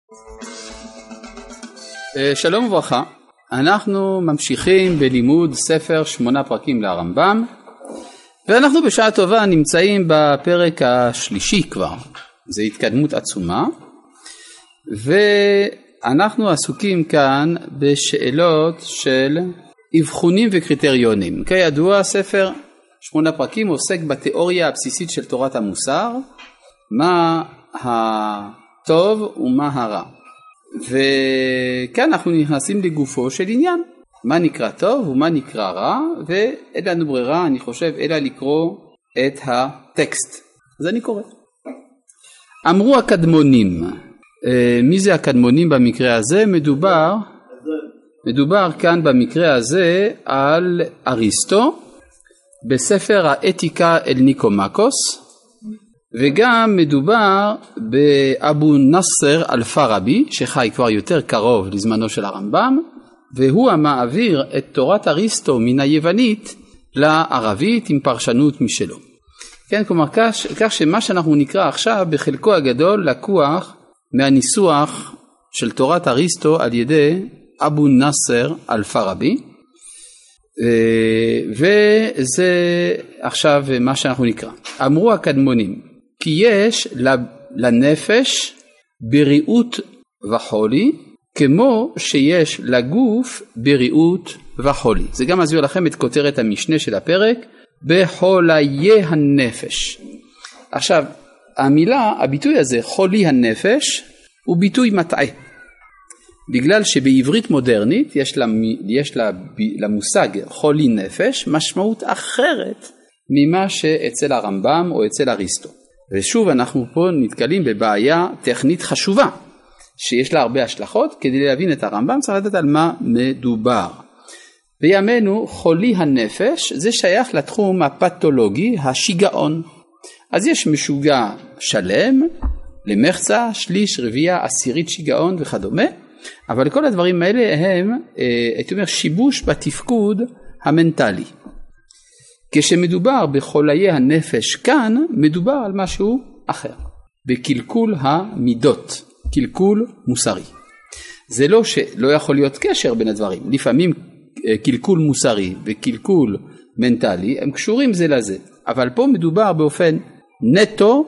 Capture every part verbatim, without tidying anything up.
שלום וברכה, אנחנו ממשיכים בלימוד ספר שמונה פרקים לרמב"ם, ואנחנו בשעה טובה נמצאים בפרק השלישי כבר, זה התקדמות עצומה, ואנחנו עסוקים כאן בשאלות של אבחונים וקריטריונים. כידוע, ספר שמונה פרקים עוסק בתיאוריה הבסיסית של תורת המוסר, מה הטוב ומה הרע. וכאן אנחנו נכנסים לגופו של עניין, מה נקרא טוב ומה נקרא רע, ואין לנו ברירה, אני חושב, אלא לקרוא את הטקסט. אז אני קורא. אמרו הקדמונים, מי זה הקדמונים במקרה הזה? מדובר, מדובר כאן במקרה הזה על אריסטו, בספר האתיקה אל ניקומקוס, וגם מדובר באבו נאסר אל-פאראבי, שחי כבר יותר קרוב לזמנו של הרמב"ם, והוא המעביר את תורת אריסטו מן היוונית לערבית עם פרשנות משלו. כן, כלומר, כך שמה שאנחנו נקרא עכשיו בחלקו הגדול לקוח מהניסוח של תורת אריסטו על ידי אבו נאסר אל-פאראבי, וזה עכשיו מה שאנחנו נקרא. אמרו הקדמונים, כי יש לנפש בריאות וחולי, כמו שיש לגוף בריאות וחולי. זה גם מסביר לכם את כותרת המשנה של הפרק, בחוליי הנפש. עכשיו, המילה, הביטוי הזה, חולי הנפש, הוא ביטוי מטעה. בגלל שבעברית מודרנית יש, לה, יש לה, למושג חולי נפש משמעות אחרת ממה שאצל הרמב"ם או אצל אריסטו. ושוב אנחנו פה נתקלים בבעיה טכנית חשובה, שיש לה הרבה השלכות. כדי להבין את הרמב"ם צריך לדעת על מה מדובר. בימינו חולי הנפש זה שייך לתחום הפתולוגי, השיגעון. אז יש משוגע שלם, למחצה, שליש, רביעה, עשירית שיגעון וכדומה, אבל כל הדברים האלה הם, הייתי אומר, שיבוש בתפקוד המנטלי. כשמדובר בחוליי הנפש כאן, מדובר על משהו אחר, בקלקול המידות, קלקול מוסרי. זה לא שלא יכול להיות קשר בין הדברים, לפעמים קלקול מוסרי וקלקול מנטלי הם קשורים זה לזה, אבל פה מדובר באופן נטו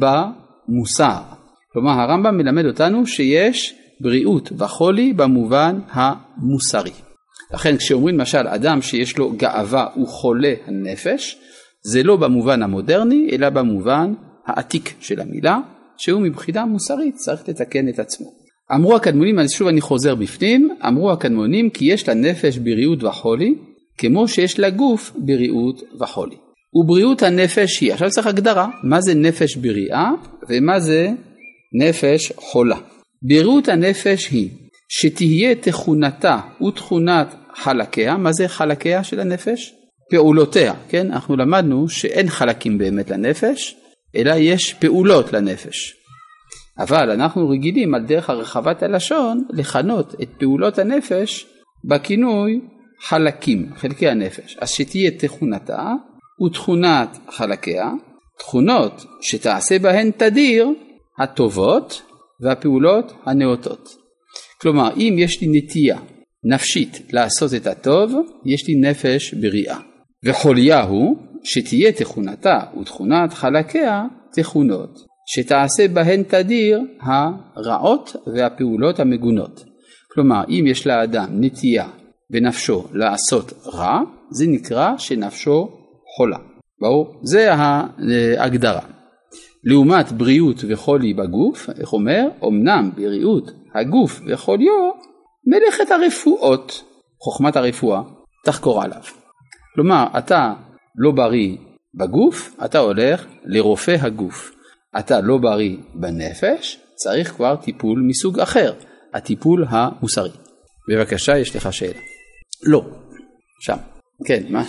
במוסר. כלומר, הרמב"ם מלמד אותנו שיש בריאות וחולי במובן המוסרי. לכן כשאומרים למשל אדם שיש לו גאווה הוא חולה הנפש, זה לא במובן המודרני אלא במובן העתיק של המילה, שהוא מבחינה מוסרית צריך לתקן את עצמו. אמרו הקדמונים, שוב אני חוזר בפנים, אמרו הקדמונים כי יש לנפש בריאות וחולי, כמו שיש לגוף בריאות וחולי. ובריאות הנפש היא, עכשיו צריך הגדרה, מה זה נפש בריאה ומה זה נפש חולה. בריאות הנפש היא שתהיה תכונתה ותכונת חלקיה. מה זה חלקיה של הנפש? פעולותיה, כן? אנחנו למדנו שאין חלקים באמת לנפש, אלא יש פעולות לנפש. אבל אנחנו רגילים על דרך הרחבת הלשון לכנות את פעולות הנפש בכינוי חלקים, חלקי הנפש. אז שתהיה תכונתה ותכונת חלקיה, תכונות שתעשה בהן תדיר הטובות והפעולות הנאותות. כלומר, אם יש לי נטייה נפשית לעשות את הטוב, יש לי נפש בריאה. וחוליה הוא שתהיה תכונתה ותכונת חלקיה תכונות, שתעשה בהן תדיר הרעות והפעולות המגונות. כלומר, אם יש לאדם נטייה בנפשו לעשות רע, זה נקרא שנפשו חולה. ברור? זה ההגדרה. לעומת בריאות וחולי בגוף, איך אומר? אמנם בריאות הגוף וחוליו מלאכת הרפואות, חוכמת הרפואה, תחקור עליו. כלומר, אתה לא בריא בגוף, אתה הולך לרופא הגוף. אתה לא בריא בנפש, צריך כבר טיפול מסוג אחר, הטיפול המוסרי. בבקשה, יש לך שאלה. לא, שם. כן, מה?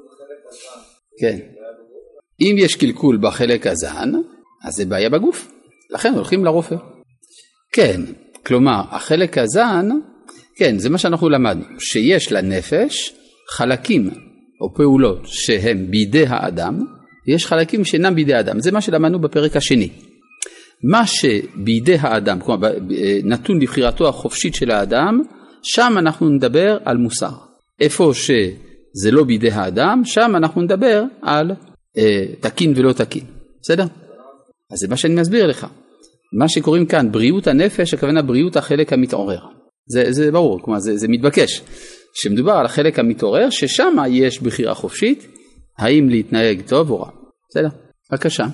כן. אם יש קלקול בחלק הזן, אז זה בעיה בגוף, לכן הולכים לרופא. כן, כלומר, החלק הזן, כן, זה מה שאנחנו למדנו, שיש לנפש חלקים או פעולות שהם בידי האדם, ויש חלקים שאינם בידי האדם, זה מה שלמדנו בפרק השני. מה שבידי האדם, כלומר נתון לבחירתו החופשית של האדם, שם אנחנו נדבר על מוסר. איפה שזה לא בידי האדם, שם אנחנו נדבר על אה, תקין ולא תקין. בסדר? אז זה מה שאני מסביר לך. מה שקוראים כאן בריאות הנפש, הכוונה בריאות החלק המתעורר. זה, זה ברור, כלומר זה, זה מתבקש. שמדובר על החלק המתעורר, ששם יש בחירה חופשית, האם להתנהג טוב או רע. בסדר? בבקשה.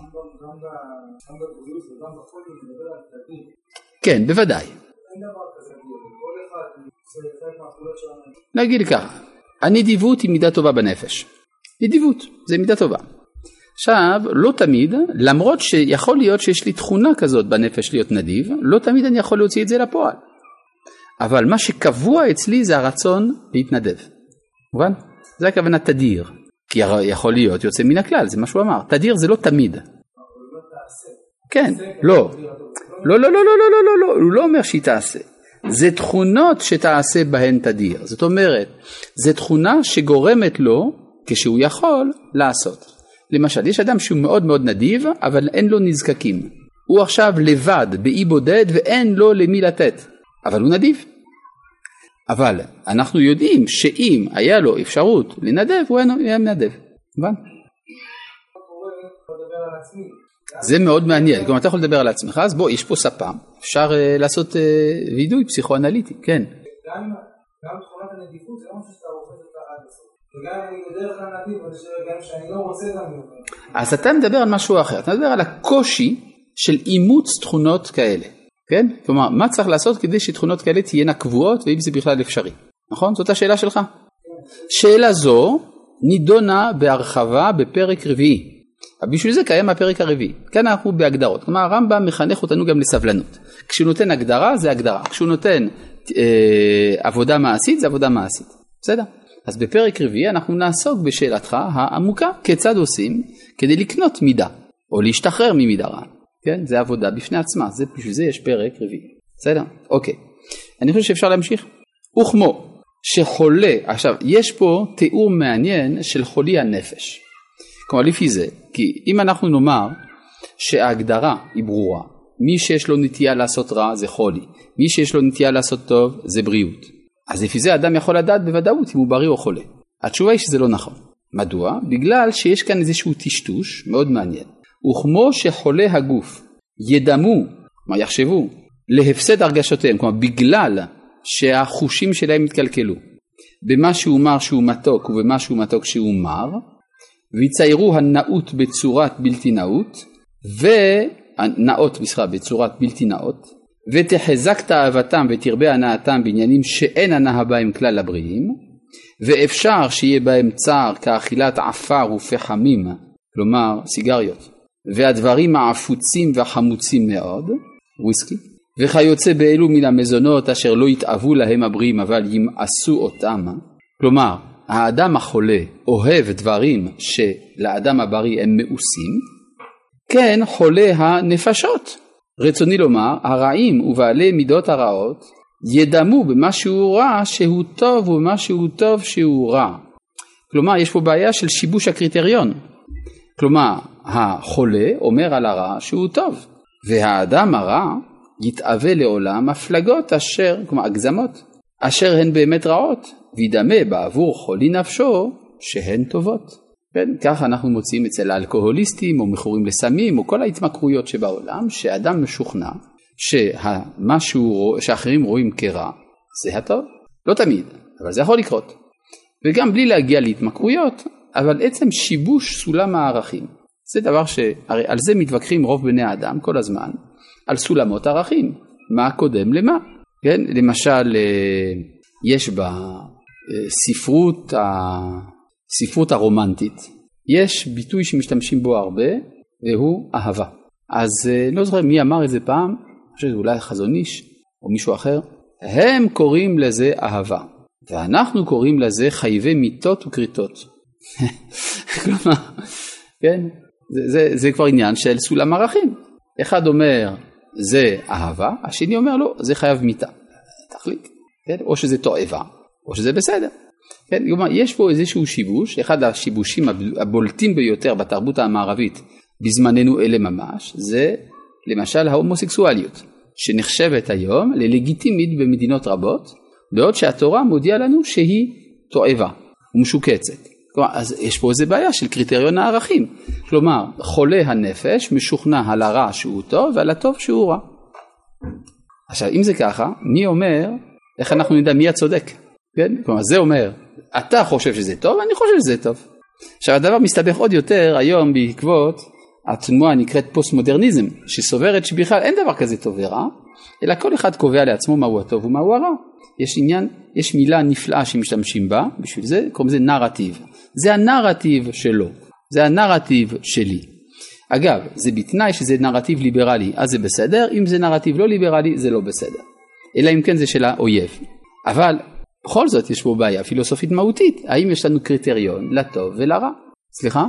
כן, בוודאי. נגיד ככה, הנדיבות היא מידה טובה בנפש. נדיבות, זה מידה טובה. עכשיו, לא תמיד, למרות שיכול להיות שיש לי תכונה כזאת בנפש להיות נדיב, לא תמיד אני יכול להוציא את זה לפועל. אבל מה שקבוע אצלי זה הרצון להתנדב. מובן? זה הכוונה תדיר. כי יכול להיות יוצא מן הכלל, זה מה שהוא אמר. תדיר זה לא תמיד. כן, לא. לא, לא, לא, לא, לא, לא, לא, הוא לא אומר שהיא תעשה. זה תכונות שתעשה בהן תדיר. זאת אומרת, זה תכונה שגורמת לו, כשהוא יכול, לעשות. למשל, יש אדם שהוא מאוד מאוד נדיב, אבל אין לו נזקקים. הוא עכשיו לבד, באי בודד, ואין לו למי לתת. אבל הוא נדיב. אבל אנחנו יודעים שאם היה לו אפשרות לנדב, הוא היה מנדב. מובן? זה מאוד מעניין. כלומר, אתה יכול לדבר על עצמך, אז בוא, יש פה ספה. אפשר uh, לעשות uh, וידוי פסיכואנליטי, כן. גם, גם תכונת הנדיפות, זה לא משהו שאתה רוצה את העד הסוף. וגם אני בדרך כלל נדיב, גם שאני לא רוצה גם נדיב. אז אתה מדבר על משהו אחר. אתה מדבר על הקושי של אימוץ תכונות כאלה. כן? כלומר, מה צריך לעשות כדי שתכונות כאלה תהיינה קבועות, ואם זה בכלל אפשרי? נכון? זאת השאלה שלך? שאלה זו נידונה בהרחבה בפרק רביעי. בשביל זה קיים הפרק הרביעי. כאן אנחנו בהגדרות. כלומר, הרמב"ם מחנך אותנו גם לסבלנות. כשהוא נותן הגדרה, זה הגדרה. כשהוא נותן אה, עבודה מעשית, זה עבודה מעשית. בסדר? אז בפרק רביעי אנחנו נעסוק בשאלתך העמוקה, כיצד עושים כדי לקנות מידה, או להשתחרר ממידה רעה. כן? זה עבודה בפני עצמה. זה, בשביל זה יש פרק רביעי. בסדר? אוקיי. אני חושב שאפשר להמשיך. וכמו שחולה, עכשיו, יש פה תיאור מעניין של חולי הנפש. כלומר, לפי זה, כי אם אנחנו נאמר שההגדרה היא ברורה, מי שיש לו נטייה לעשות רע זה חולי, מי שיש לו נטייה לעשות טוב זה בריאות. אז לפי זה אדם יכול לדעת בוודאות אם הוא בריא או חולה. התשובה היא שזה לא נכון. מדוע? בגלל שיש כאן איזשהו טשטוש מאוד מעניין. וכמו שחולה הגוף ידמו, מה יחשבו, להפסד הרגשותיהם, כלומר בגלל שהחושים שלהם מתקלקלו, במה שהוא מר שהוא מתוק ובמה שהוא מתוק שהוא מר, ויציירו הנאות בצורת בלתי נאות, ונאות בסך בצורת בלתי נאות, ותחזק תאוותם ותרבה הנאתם בעניינים שאין הנאה בהם כלל הבריאים, ואפשר שיהיה בהם צער כאכילת עפר ופחמים, כלומר סיגריות, והדברים העפוצים והחמוצים מאוד, וויסקי, וכיוצא באלו מן המזונות אשר לא יתאבו להם הבריאים אבל ימאסו אותם, כלומר האדם החולה אוהב דברים שלאדם הבריא הם מאוסים, כן חולה הנפשות. רצוני לומר, הרעים ובעלי מידות הרעות ידמו במה שהוא רע שהוא טוב ובמה שהוא טוב שהוא רע. כלומר, יש פה בעיה של שיבוש הקריטריון. כלומר, החולה אומר על הרע שהוא טוב, והאדם הרע יתאווה לעולם הפלגות אשר, כלומר, הגזמות, אשר הן באמת רעות, וידמה בעבור חולי נפשו שהן טובות. כן, כך אנחנו מוצאים אצל האלכוהוליסטים או מכורים לסמים או כל ההתמכרויות שבעולם, שאדם משוכנע שמה שהוא, שאחרים רואים כרע זה הטוב. לא תמיד, אבל זה יכול לקרות. וגם בלי להגיע להתמכרויות, אבל עצם שיבוש סולם הערכים. זה דבר שהרי על זה מתווכחים רוב בני האדם כל הזמן, על סולמות ערכים. מה קודם למה? כן, למשל יש בספרות ה... ספרות הרומנטית, יש ביטוי שמשתמשים בו הרבה, והוא אהבה. אז לא זוכר מי אמר את זה פעם, אני חושב אולי חזון איש, או מישהו אחר, הם קוראים לזה אהבה, ואנחנו קוראים לזה חייבי מיתות וקריטות. כלומר, כן, זה, זה, זה כבר עניין של סולם ערכים. אחד אומר, זה אהבה, השני אומר לו, זה חייב מיתה. תחליט, כן? או שזה תועבה, או שזה בסדר. כן, יש פה איזשהו שיבוש, אחד השיבושים הבולטים ביותר בתרבות המערבית בזמננו אלה ממש, זה למשל ההומוסקסואליות, שנחשבת היום ללגיטימית במדינות רבות, בעוד שהתורה מודיעה לנו שהיא תועבה ומשוקצת. כלומר, אז יש פה איזה בעיה של קריטריון הערכים. כלומר, חולה הנפש משוכנע על הרע שהוא טוב ועל הטוב שהוא רע. עכשיו, אם זה ככה, מי אומר, איך אנחנו נדע מי הצודק? כן? כלומר, זה אומר, אתה חושב שזה טוב, אני חושב שזה טוב. עכשיו, הדבר מסתבך עוד יותר היום בעקבות התנועה הנקראת פוסט-מודרניזם, שסוברת שבכלל אין דבר כזה טוב ורע, אלא כל אחד קובע לעצמו מהו הטוב ומהו הרע. יש עניין, יש מילה נפלאה שמשתמשים בה, בשביל זה קוראים לזה נרטיב. זה הנרטיב שלו, זה הנרטיב שלי. אגב, זה בתנאי שזה נרטיב ליברלי, אז זה בסדר, אם זה נרטיב לא ליברלי, זה לא בסדר. אלא אם כן זה של האויב. אבל בכל זאת יש פה בעיה פילוסופית מהותית, האם יש לנו קריטריון לטוב ולרע? סליחה?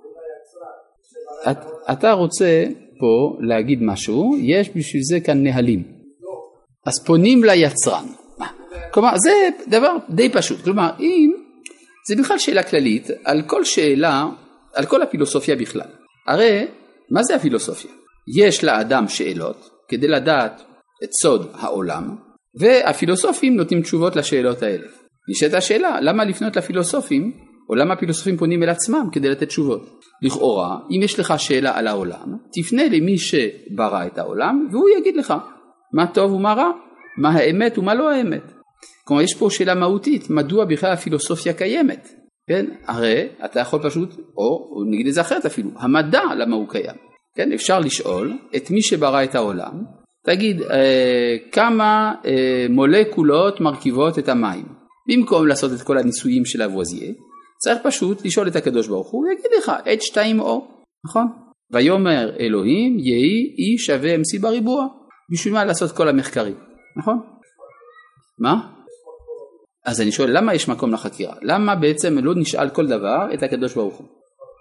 את, אתה רוצה פה להגיד משהו, יש בשביל זה כאן נהלים. אז פונים ליצרן. כלומר, זה דבר די פשוט. כלומר, אם זה בכלל שאלה כללית על כל שאלה, על כל הפילוסופיה בכלל. הרי, מה זה הפילוסופיה? יש לאדם שאלות כדי לדעת את סוד העולם, והפילוסופים נותנים תשובות לשאלות האלה. נשאלת השאלה, למה לפנות לפילוסופים, או למה הפילוסופים פונים אל עצמם כדי לתת תשובות? לכאורה, אם יש לך שאלה על העולם, תפנה למי שברא את העולם, והוא יגיד לך מה טוב ומה רע, מה האמת ומה לא האמת. כלומר, יש פה שאלה מהותית, מדוע בכלל הפילוסופיה קיימת? כן? הרי אתה יכול פשוט, או נגיד את זה אחרת אפילו, המדע למה הוא קיים. כן? אפשר לשאול את מי שברא את העולם, תגיד, אה, כמה אה, מולקולות מרכיבות את המים? במקום לעשות את כל הניסויים של אבואזייה, צריך פשוט לשאול את הקדוש ברוך הוא, ויגיד לך, אץ' שתיים או, נכון? ויאמר אלוהים, יהי E שווה אמ סי בריבוע. בשביל מה לעשות כל המחקרים, נכון? מה? אז אני שואל, למה יש מקום לחקירה? למה בעצם לא נשאל כל דבר את הקדוש ברוך הוא?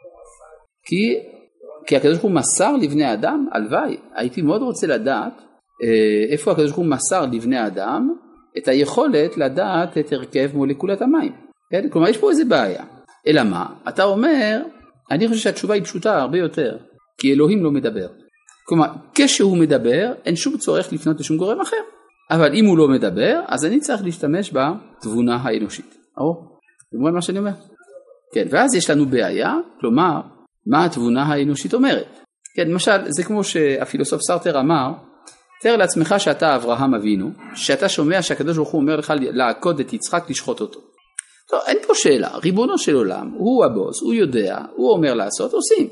כי, כי הקדוש ברוך הוא מסר לבני אדם, הלוואי, הייתי מאוד רוצה לדעת איפה הקדוש ברוך הוא מסר לבני אדם את היכולת לדעת את הרכב מולקולת המים. כן? כלומר, יש פה איזה בעיה. אלא מה? אתה אומר, אני חושב שהתשובה היא פשוטה הרבה יותר, כי אלוהים לא מדבר. כלומר, כשהוא מדבר, אין שום צורך לפנות לשום גורם אחר. אבל אם הוא לא מדבר, אז אני צריך להשתמש בתבונה האנושית. או, אתם רואים מה שאני אומר? כן, ואז יש לנו בעיה, כלומר, מה התבונה האנושית אומרת? כן, למשל, זה כמו שהפילוסוף סארטר אמר, תאר לעצמך שאתה אברהם אבינו, שאתה שומע שהקדוש ברוך הוא אומר לך לעקוד את יצחק לשחוט אותו. טוב, אין פה שאלה, ריבונו של עולם, הוא הבוס, הוא יודע, הוא אומר לעשות, עושים.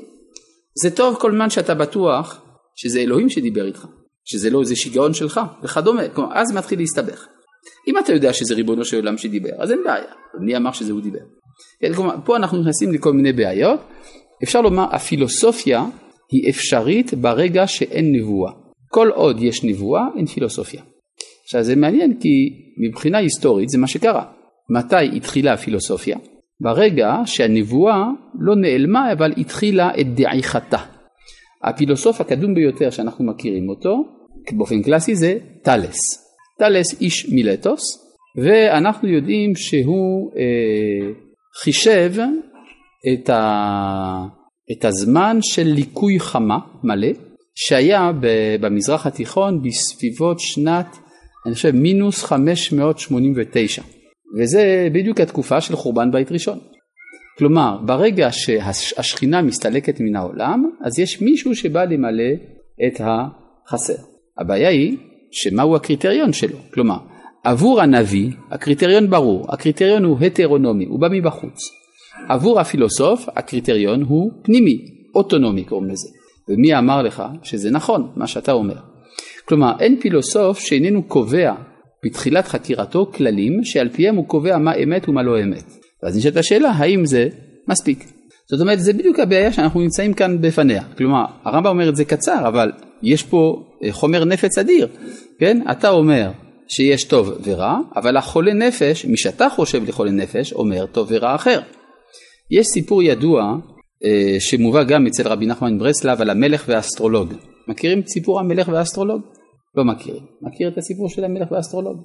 זה טוב כל זמן שאתה בטוח שזה אלוהים שדיבר איתך, שזה לא איזה שיגעון שלך וכדומה, כלומר, אז מתחיל להסתבך. אם אתה יודע שזה ריבונו של עולם שדיבר, אז אין בעיה, מי אמר שזה הוא דיבר. כן, כלומר, פה אנחנו נכנסים לכל מיני בעיות, אפשר לומר, הפילוסופיה היא אפשרית ברגע שאין נבואה. כל עוד יש נבואה, אין פילוסופיה. עכשיו זה מעניין כי מבחינה היסטורית זה מה שקרה. מתי התחילה הפילוסופיה? ברגע שהנבואה לא נעלמה אבל התחילה את דעיכתה. הפילוסוף הקדום ביותר שאנחנו מכירים אותו, באופן קלאסי זה תלס. תלס איש מילטוס, ואנחנו יודעים שהוא אה, חישב את, ה, את הזמן של ליקוי חמה מלא, שהיה במזרח התיכון בסביבות שנת, אני חושב, מינוס חמש מאות שמונים ותשע. וזה בדיוק התקופה של חורבן בית ראשון. כלומר, ברגע שהשכינה מסתלקת מן העולם, אז יש מישהו שבא למלא את החסר. הבעיה היא שמהו הקריטריון שלו. כלומר, עבור הנביא, הקריטריון ברור, הקריטריון הוא הטרונומי, הוא בא מבחוץ. עבור הפילוסוף, הקריטריון הוא פנימי, אוטונומי קוראים לזה. ומי אמר לך שזה נכון, מה שאתה אומר. כלומר, אין פילוסוף שאיננו קובע בתחילת חקירתו כללים שעל פיהם הוא קובע מה אמת ומה לא אמת. ואז נשאלת השאלה, האם זה מספיק? זאת אומרת, זה בדיוק הבעיה שאנחנו נמצאים כאן בפניה. כלומר, הרמב"ם אומר את זה קצר, אבל יש פה חומר נפץ אדיר. כן? אתה אומר שיש טוב ורע, אבל החולה נפש, מי שאתה חושב לחולה נפש, אומר טוב ורע אחר. יש סיפור ידוע שמובא גם אצל רבי נחמן מברסלב על המלך והאסטרולוג. מכירים את סיפור המלך והאסטרולוג? לא מכירים. מכיר את הסיפור של המלך והאסטרולוג?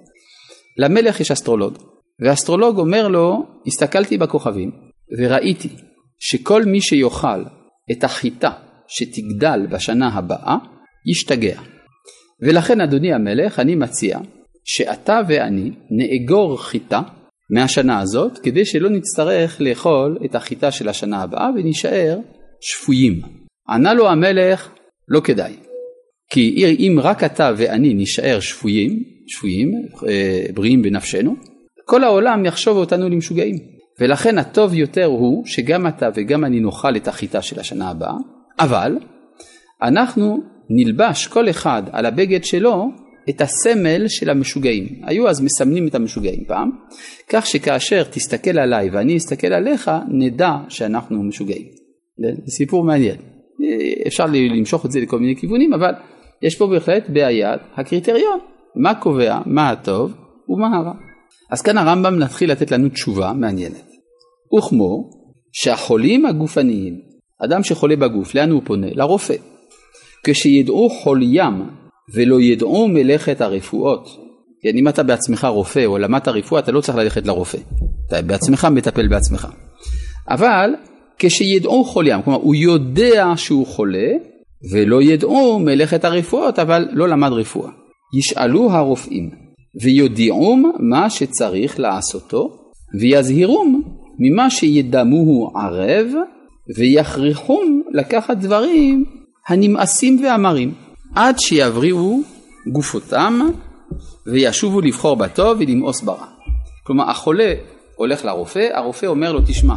למלך יש אסטרולוג, והאסטרולוג אומר לו, הסתכלתי בכוכבים וראיתי שכל מי שיוכל את החיטה שתגדל בשנה הבאה, ישתגע. ולכן אדוני המלך, אני מציע שאתה ואני נאגור חיטה מהשנה הזאת, כדי שלא נצטרך לאכול את החיטה של השנה הבאה ונשאר שפויים. ענה לו המלך, לא כדאי. כי אם רק אתה ואני נשאר שפויים, שפויים, בריאים בנפשנו, כל העולם יחשוב אותנו למשוגעים. ולכן הטוב יותר הוא שגם אתה וגם אני נאכל את החיטה של השנה הבאה, אבל אנחנו נלבש כל אחד על הבגד שלו את הסמל של המשוגעים. היו אז מסמנים את המשוגעים פעם, כך שכאשר תסתכל עליי ואני אסתכל עליך, נדע שאנחנו משוגעים. זה סיפור מעניין. אפשר למשוך את זה לכל מיני כיוונים, אבל יש פה בהחלט בעיית הקריטריון. מה קובע, מה הטוב ומה הרע. אז כאן הרמב"ם נתחיל לתת לנו תשובה מעניינת. וכמו שהחולים הגופניים, אדם שחולה בגוף, לאן הוא פונה? לרופא. כשידעו חוליים ולא ידעו מלאכת הרפואות, כן, אם אתה בעצמך רופא או למדת רפואה, אתה לא צריך ללכת לרופא. אתה בעצמך מטפל בעצמך. אבל כשידעו חוליים, כלומר הוא יודע שהוא חולה, ולא ידעו מלאכת הרפואות, אבל לא למד רפואה. ישאלו הרופאים, ויודיעום מה שצריך לעשותו, ויזהירום ממה שידמוהו ערב, ויכריחום לקחת דברים הנמאסים ואמרים, עד שיבריאו גופותם, וישובו לבחור בטוב ולמאוס ברע. כלומר, החולה הולך לרופא, הרופא אומר לו, תשמע,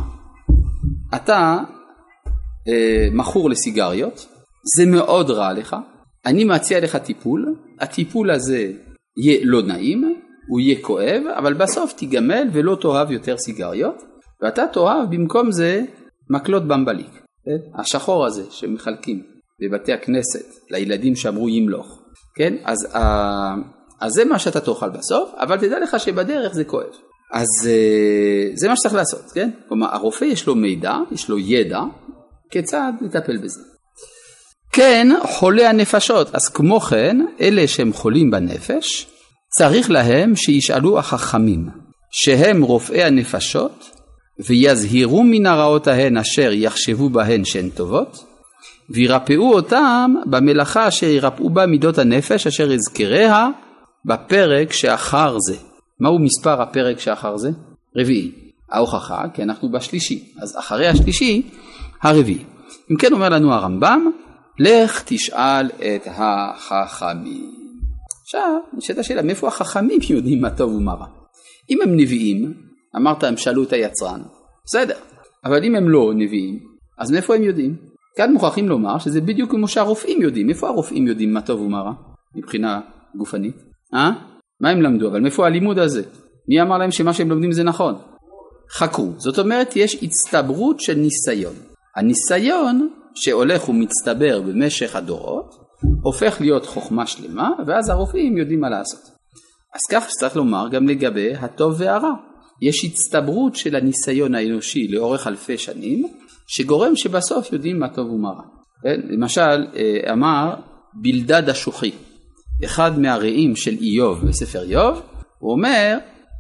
אתה אה, מכור לסיגריות, זה מאוד רע לך, אני מציע לך טיפול, הטיפול הזה יהיה לא נעים, הוא יהיה כואב, אבל בסוף תיגמל ולא תאהב יותר סיגריות, ואתה תאהב במקום זה מקלות במבליק, השחור הזה שמחלקים בבתי הכנסת לילדים שאמרו ימלוך, כן? אז, אז זה מה שאתה תאכל בסוף, אבל תדע לך שבדרך זה כואב. אז זה מה שצריך לעשות, כן? כלומר, הרופא יש לו מידע, יש לו ידע, כיצד לטפל בזה. כן, חולי הנפשות, אז כמו כן, אלה שהם חולים בנפש, צריך להם שישאלו החכמים, שהם רופאי הנפשות, ויזהירו מן הרעות ההן אשר יחשבו בהן שהן טובות, וירפאו אותם במלאכה אשר ירפאו בה מידות הנפש, אשר יזכריה בפרק שאחר זה. מהו מספר הפרק שאחר זה? רביעי. ההוכחה, כי אנחנו בשלישי, אז אחרי השלישי, הרביעי. אם כן אומר לנו הרמב"ם, לך תשאל את החכמים. עכשיו, נשאלת השאלה, מאיפה החכמים יודעים מה טוב ומה רע? אם הם נביאים, אמרת, הם שאלו את היצרן, בסדר. אבל אם הם לא נביאים, אז מאיפה הם יודעים? כאן מוכרחים לומר שזה בדיוק כמו שהרופאים יודעים. מאיפה הרופאים יודעים מה טוב ומה רע? מבחינה גופנית. אה? מה הם למדו? אבל מאיפה הלימוד הזה? מי אמר להם שמה שהם לומדים זה נכון? חקרו. זאת אומרת, יש הצטברות של ניסיון. הניסיון שהולך ומצטבר במשך הדורות, הופך להיות חוכמה שלמה, ואז הרופאים יודעים מה לעשות. אז כך שצריך לומר גם לגבי הטוב והרע. יש הצטברות של הניסיון האנושי לאורך אלפי שנים, שגורם שבסוף יודעים מה טוב ומה רע. למשל, אמר בלדד השוחי, אחד מהרעים של איוב בספר איוב, הוא אומר,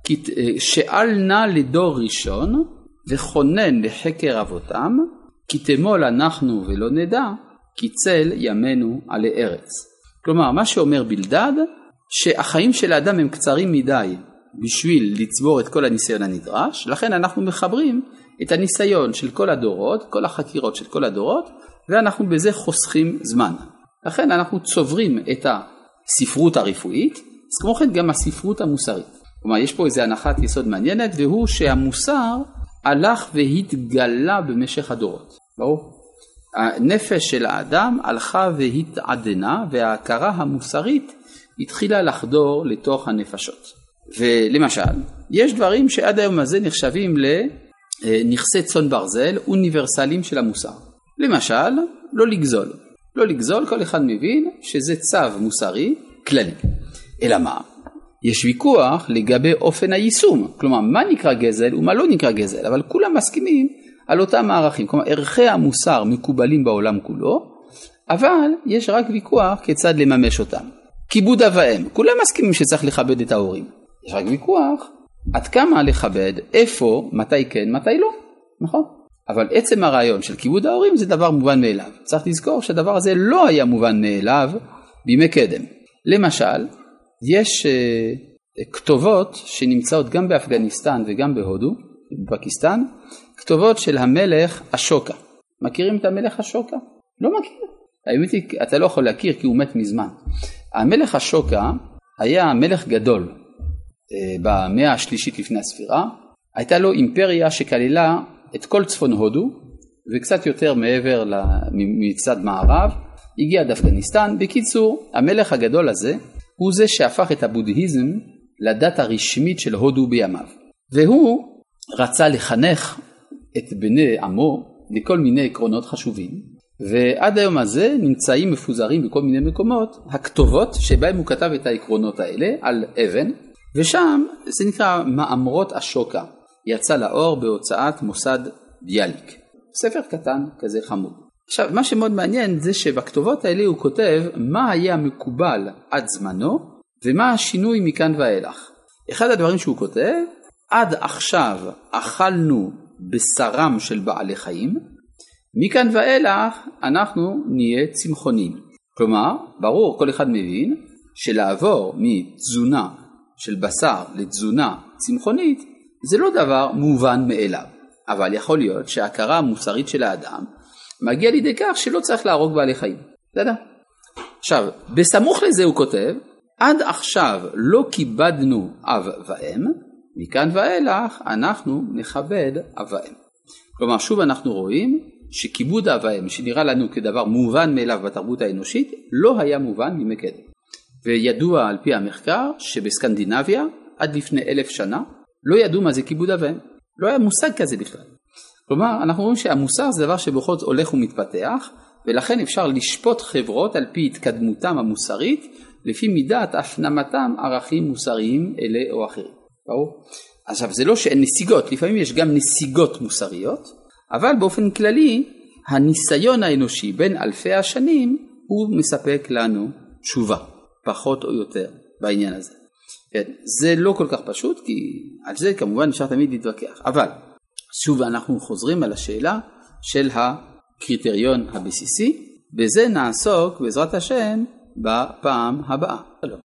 שאל נא לדור ראשון, וכונן לחקר אבותם, כי תמול אנחנו ולא נדע, כי צל ימינו עלי ארץ. כלומר, מה שאומר בלדד, שהחיים של האדם הם קצרים מדי, בשביל לצבור את כל הניסיון הנדרש, לכן אנחנו מחברים את הניסיון של כל הדורות, כל החקירות של כל הדורות, ואנחנו בזה חוסכים זמן. לכן אנחנו צוברים את הספרות הרפואית, אז כמו כן גם הספרות המוסרית. כלומר, יש פה איזו הנחת יסוד מעניינת, והוא שהמוסר הלך והתגלה במשך הדורות. ברור? הנפש של האדם הלכה והתעדנה, וההכרה המוסרית התחילה לחדור לתוך הנפשות. ולמשל, יש דברים שעד היום הזה נחשבים לנכסי צאן ברזל אוניברסליים של המוסר. למשל, לא לגזול. לא לגזול, כל אחד מבין שזה צו מוסרי כללי. אלא מה? יש ויכוח לגבי אופן היישום. כלומר, מה נקרא גזל ומה לא נקרא גזל, אבל כולם מסכימים על אותם הערכים. כלומר, ערכי המוסר מקובלים בעולם כולו, אבל יש רק ויכוח כיצד לממש אותם. כיבוד אב ואם, כולם מסכימים שצריך לכבד את ההורים. יש רק ויכוח עד כמה לכבד, איפה, מתי כן, מתי לא. נכון? אבל עצם הרעיון של כיבוד ההורים זה דבר מובן מאליו. צריך לזכור שהדבר הזה לא היה מובן מאליו בימי קדם. למשל, יש uh, כתובות שנמצאות גם באפגניסטן וגם בהודו, בפקיסטן, כתובות של המלך אשוקה. מכירים את המלך אשוקה? לא מכיר. האמת היא, אתה לא יכול להכיר כי הוא מת מזמן. המלך אשוקה היה מלך גדול uh, במאה השלישית לפני הספירה. הייתה לו אימפריה שכללה את כל צפון הודו וקצת יותר מעבר מצד מערב. הגיע עד אפגניסטן. בקיצור, המלך הגדול הזה הוא זה שהפך את הבודהיזם לדת הרשמית של הודו בימיו. והוא רצה לחנך את בני עמו לכל מיני עקרונות חשובים. ועד היום הזה נמצאים מפוזרים בכל מיני מקומות הכתובות שבהם הוא כתב את העקרונות האלה על אבן. ושם זה נקרא מאמרות אשוקה. יצא לאור בהוצאת מוסד ביאליק. ספר קטן כזה חמוד. עכשיו, מה שמאוד מעניין זה שבכתובות האלה הוא כותב מה היה מקובל עד זמנו ומה השינוי מכאן ואילך. אחד הדברים שהוא כותב, עד עכשיו אכלנו בשרם של בעלי חיים, מכאן ואילך אנחנו נהיה צמחונים. כלומר, ברור, כל אחד מבין שלעבור מתזונה של בשר לתזונה צמחונית זה לא דבר מובן מאליו. אבל יכול להיות שההכרה המוסרית של האדם מגיע לידי כך שלא צריך להרוג בעלי חיים. בסדר? עכשיו, בסמוך לזה הוא כותב, עד עכשיו לא כיבדנו אב ואם, מכאן ואילך אנחנו נכבד אב ואם. כלומר, שוב אנחנו רואים שכיבוד אב ואם, שנראה לנו כדבר מובן מאליו בתרבות האנושית, לא היה מובן בימי קדם. וידוע על פי המחקר שבסקנדינביה, עד לפני אלף שנה, לא ידעו מה זה כיבוד אב ואם. לא היה מושג כזה בכלל. כלומר, אנחנו רואים שהמוסר זה דבר שבכל זאת הולך ומתפתח, ולכן אפשר לשפוט חברות על פי התקדמותם המוסרית, לפי מידת הפנמתם ערכים מוסריים אלה או אחרים. ברור? עכשיו, זה לא שאין נסיגות, לפעמים יש גם נסיגות מוסריות, אבל באופן כללי, הניסיון האנושי בין אלפי השנים, הוא מספק לנו תשובה, פחות או יותר, בעניין הזה. כן, זה לא כל כך פשוט, כי על זה כמובן אפשר תמיד להתווכח. אבל, שוב אנחנו חוזרים על השאלה של הקריטריון הבסיסי, בזה נעסוק בעזרת השם בפעם הבאה.